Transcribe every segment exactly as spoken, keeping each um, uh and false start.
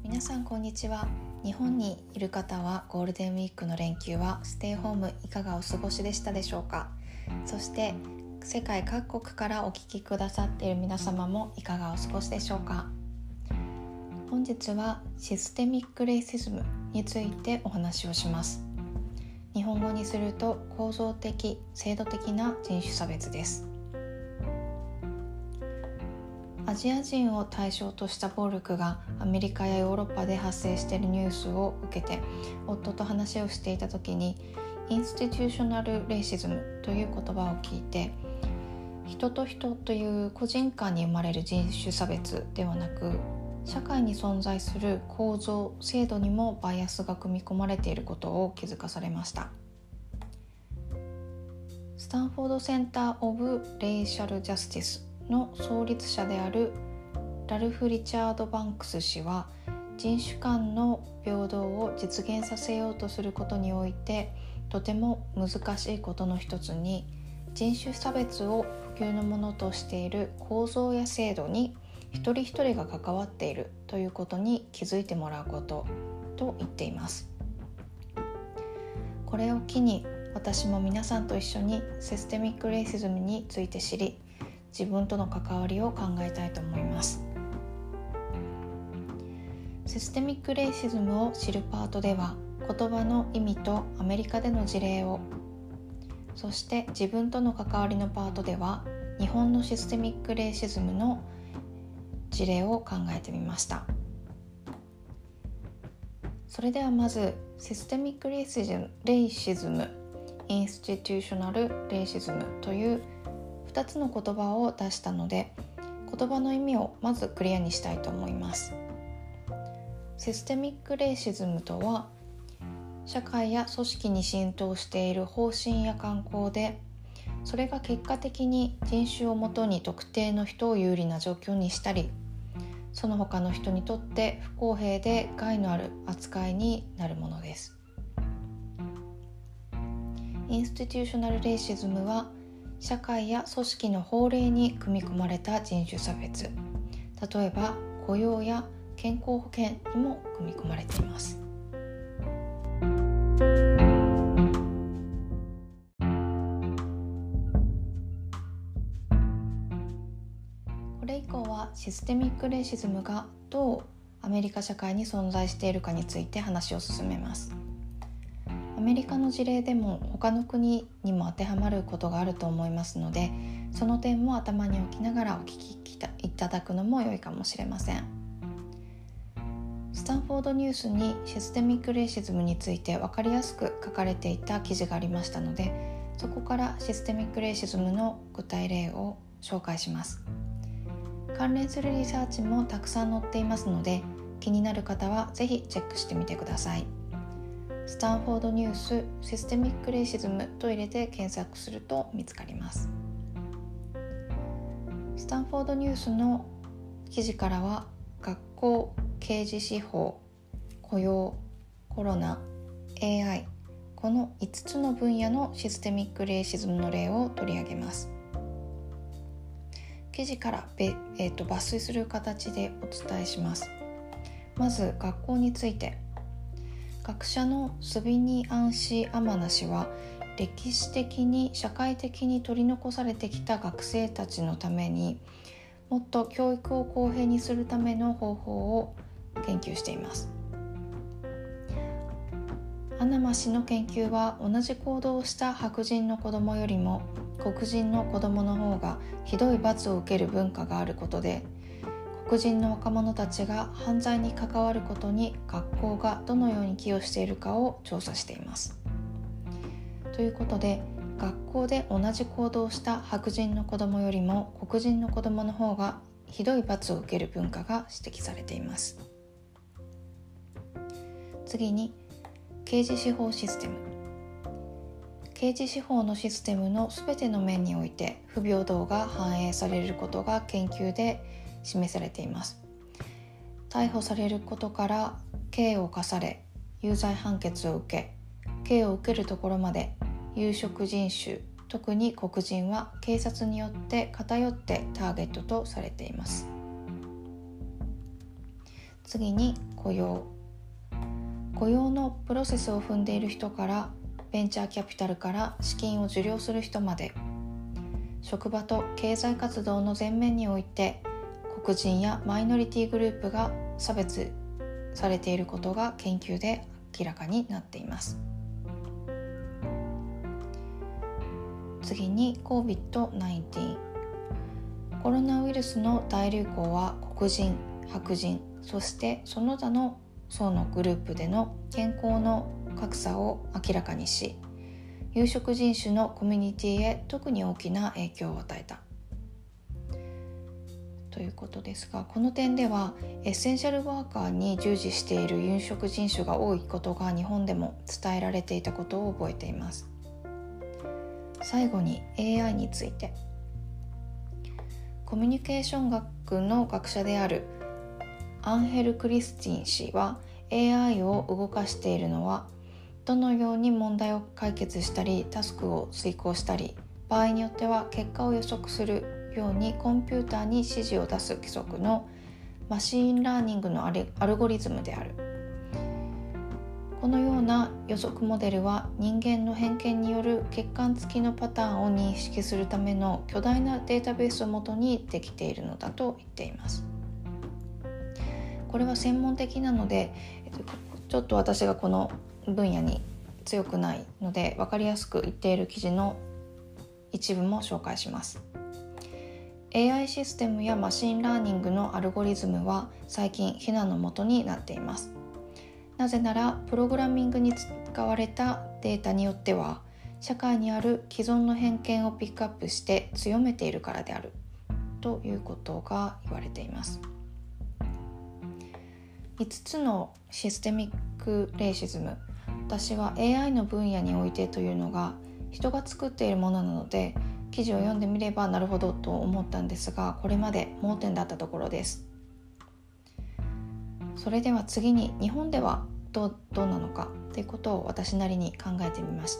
皆さんこんにちは。日本にいる方はゴールデンウィークの連休はステイホームいかがお過ごしでしたでしょうか。そして世界各国からお聞きくださっている皆様もいかがお過ごしでしょうか。本日はシステミックレイシズムについてお話をします。日本語にすると構造的、制度的な人種差別です。アジア人を対象とした暴力がアメリカやヨーロッパで発生しているニュースを受けて夫と話をしていた時にインスティテューショナルレイシズムという言葉を聞いて、人と人という個人間に生まれる人種差別ではなく、社会に存在する構造、制度にもバイアスが組み込まれていることを気づかされました。スタンフォードセンター・オブ・レイシャル・ジャスティスの創立者であるラルフ・リチャード・バンクス氏は、人種間の平等を実現させようとすることにおいてとても難しいことの一つに、人種差別を不及のものとしている構造や制度に一人一人が関わっているということに気づいてもらうことと言っています。これを機に私も皆さんと一緒にシステミックレイシズムについて知り、自分との関わりを考えたいと思います。システミックレイシズムを知るパートでは、言葉の意味とアメリカでの事例を、そして自分との関わりのパートでは日本のシステミックレイシズムの事例を考えてみました。それではまずシステミックレイシズム、レイシズム、インスティテューショナルレイシズムというふたつの言葉を出したので、言葉の意味をまずクリアにしたいと思います。システミックレイシズムとは、社会や組織に浸透している方針や慣行で、それが結果的に人種をもとに特定の人を有利な状況にしたり、その他の人にとって不公平で害のある扱いになるものです。インスティテューショナルレイシズムは、社会や組織の法令に組み込まれた人種差別、例えば雇用や健康保険にも組み込まれています。これ以降はシステミックレイシズムがどうアメリカ社会に存在しているかについて話を進めます。アメリカの事例でも他の国にも当てはまることがあると思いますので、その点も頭に置きながらお聞きいただくのも良いかもしれません。スタンフォードニュースにシステミックレイシズムについて分かりやすく書かれていた記事がありましたので、そこからシステミックレイシズムの具体例を紹介します。関連するリサーチもたくさん載っていますので、気になる方はぜひチェックしてみてください。スタンフォードニュースシステミックレイシズムと入れて検索すると見つかります。スタンフォードニュースの記事からは、学校、刑事司法、雇用、コロナ、エーアイ、このいつつの分野のシステミックレイシズムの例を取り上げます。記事からべ、えーと、抜粋する形でお伝えします。まず学校について、学者のスビニ・アンシ・アマナ氏は、歴史的に社会的に取り残されてきた学生たちのためにもっと教育を公平にするための方法を研究しています。アナマ氏の研究は、同じ行動をした白人の子どもよりも黒人の子どもの方がひどい罰を受ける文化があることで、黒人の若者たちが犯罪に関わることに学校がどのように寄与しているかを調査しています。ということで、学校で同じ行動をした白人の子どもよりも黒人の子どもの方がひどい罰を受ける文化が指摘されています。次に、刑事司法システム。刑事司法のシステムのすべての面において不平等が反映されることが研究で示されています。逮捕されることから刑を課され、有罪判決を受け、刑を受けるところまで、有色人種、特に黒人は警察によって偏ってターゲットとされています。 次に雇用。雇用のプロセスを踏んでいる人からベンチャーキャピタルから資金を受領する人まで、職場と経済活動の前面において黒人やマイノリティグループが差別されていることが研究で明らかになっています。次に コービッドナインティーン。 コロナウイルスの大流行は黒人、白人、そしてその他の層のグループでの健康の格差を明らかにし、有色人種のコミュニティへ特に大きな影響を与えたということですが、この点ではエッセンシャルワーカーに従事している有色人種が多いことが日本でも伝えられていたことを覚えています。最後に エーアイ について。コミュニケーション学の学者であるアンヘル・クリスティン氏は、 エーアイ を動かしているのはどのように問題を解決したりタスクを遂行したり、場合によっては結果を予測するようにコンピューターに指示を出す規則のマシーンラーニングのアルゴリズムである。このような予測モデルは人間の偏見による欠陥付きのパターンを認識するための巨大なデータベースをもとにできているのだと言っています。これは専門的なのでちょっと私がこの分野に強くないので分かりやすく言っている記事の一部も紹介します。 エーアイ システムやマシンラーニングのアルゴリズムは最近非難の的になっています。なぜならプログラミングに使われたデータによっては社会にある既存の偏見をピックアップして強めているからであるということが言われています。いつつのシステミックレイシズム。私は エーアイ の分野においてというのが人が作っているものなので、記事を読んでみればなるほどと思ったんですが、これまで盲点だったところです。それでは次に日本ではどう、どうなのかということを私なりに考えてみました。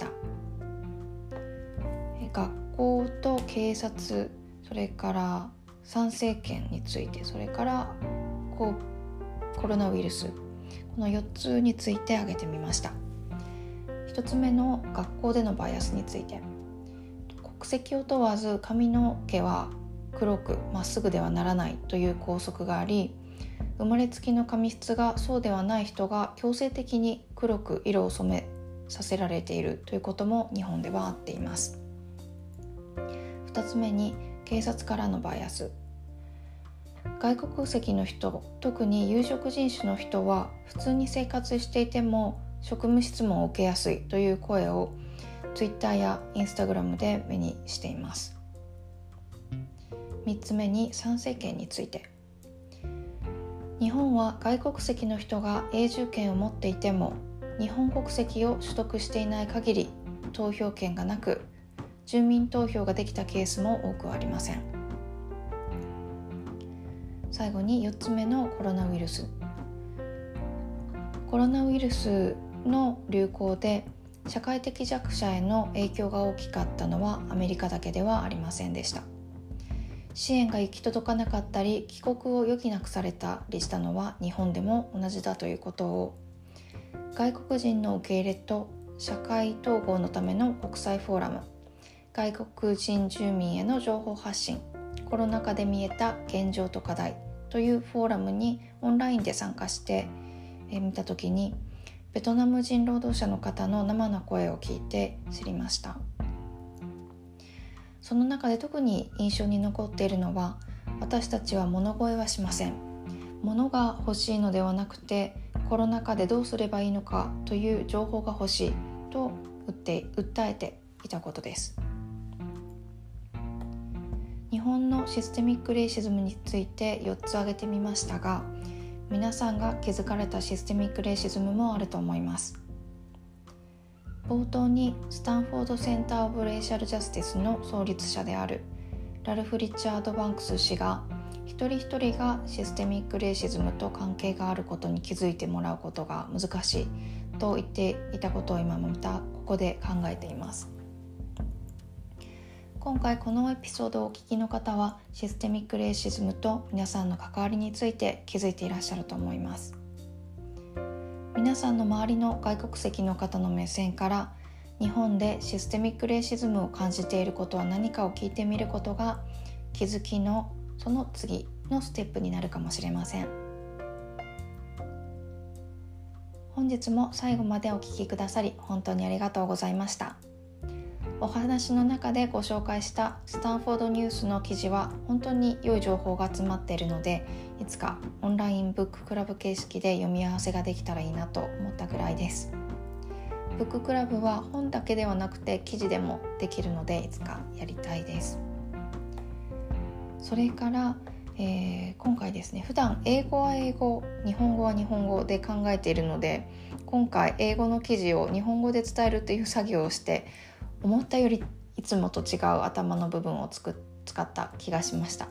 学校と警察、それから参政権について、それからこうコロナウイルス、このよっつについて挙げてみました。ひとつめの学校でのバイアスについて。国籍を問わず髪の毛は黒くまっすぐではならないという校則があり、生まれつきの髪質がそうではない人が強制的に黒く色を染めさせられているということも日本ではあっています。ふたつめに警察からのバイアス。外国籍の人、特に有色人種の人は普通に生活していても職務質問を受けやすいという声を Twitter や Instagram で目にしています。みっつめに参政権について。日本は外国籍の人が永住権を持っていても日本国籍を取得していない限り投票権がなく、住民投票ができたケースも多くありません。最後によっつめのコロナウイルス。コロナウイルスの流行で社会的弱者への影響が大きかったのはアメリカだけではありませんでした。支援が行き届かなかったり帰国を余儀なくされたりしたのは日本でも同じだということを、外国人の受け入れと社会統合のための国際フォーラム、外国人住民への情報発信、コロナ禍で見えた現状と課題というフォーラムにオンラインで参加してみたときに、ベトナム人労働者の方の生の声を聞いて知りました。その中で特に印象に残っているのは、私たちは物乞いはしません。物が欲しいのではなくて、コロナ禍でどうすればいいのかという情報が欲しいと訴え、訴えていたことです。日本のシステミックレイシズムについてよっつ挙げてみましたが、皆さんが気づかれたシステミックレイシズムもあると思います。冒頭にスタンフォードセンターオブレイシャルジャスティスの創立者であるラルフ・リチャード・バンクス氏が、一人一人がシステミックレイシズムと関係があることに気づいてもらうことが難しいと言っていたことを今またここで考えています。 今回このエピソードをお聞きの方はシステミックレイシズムと皆さんの関わりについて気づいていらっしゃると思います。皆さんの周りの外国籍の方の目線から日本でシステミックレイシズムを感じていることは何かを聞いてみることが気づきのその次のステップになるかもしれません。本日も最後までお聞きくださり本当にありがとうございました。お話の中でご紹介したスタンフォードニュースの記事は本当に良い情報が詰まっているので、いつかオンラインブッククラブ形式で読み合わせができたらいいなと思ったぐらいです。ブッククラブは本だけではなくて記事でもできるので、いつかやりたいです。それから、えー、今回ですね、普段英語は英語、日本語は日本語で考えているので、今回英語の記事を日本語で伝えるという作業をして思ったよりいつもと違う頭の部分をつく使った気がしました。こ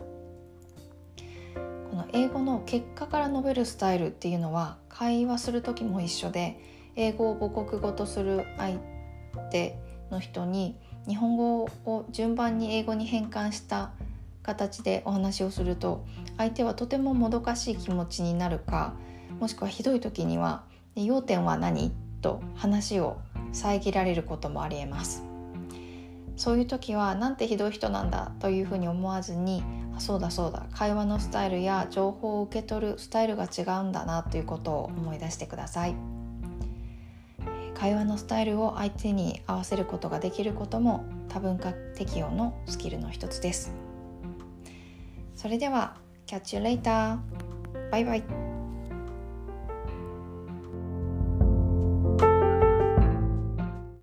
の英語の結果から述べるスタイルっていうのは会話する時も一緒で、英語を母国語とする相手の人に日本語を順番に英語に変換した形でお話をすると、相手はとてももどかしい気持ちになるか、もしくはひどい時には要点は何と話を遮られることもありえます。そういう時はなんてひどい人なんだというふうに思わずに、あ、そうだそうだ、会話のスタイルや情報を受け取るスタイルが違うんだなということを思い出してください。会話のスタイルを相手に合わせることができることも多文化適応のスキルの一つです。それでは Catch you later! バイバイ。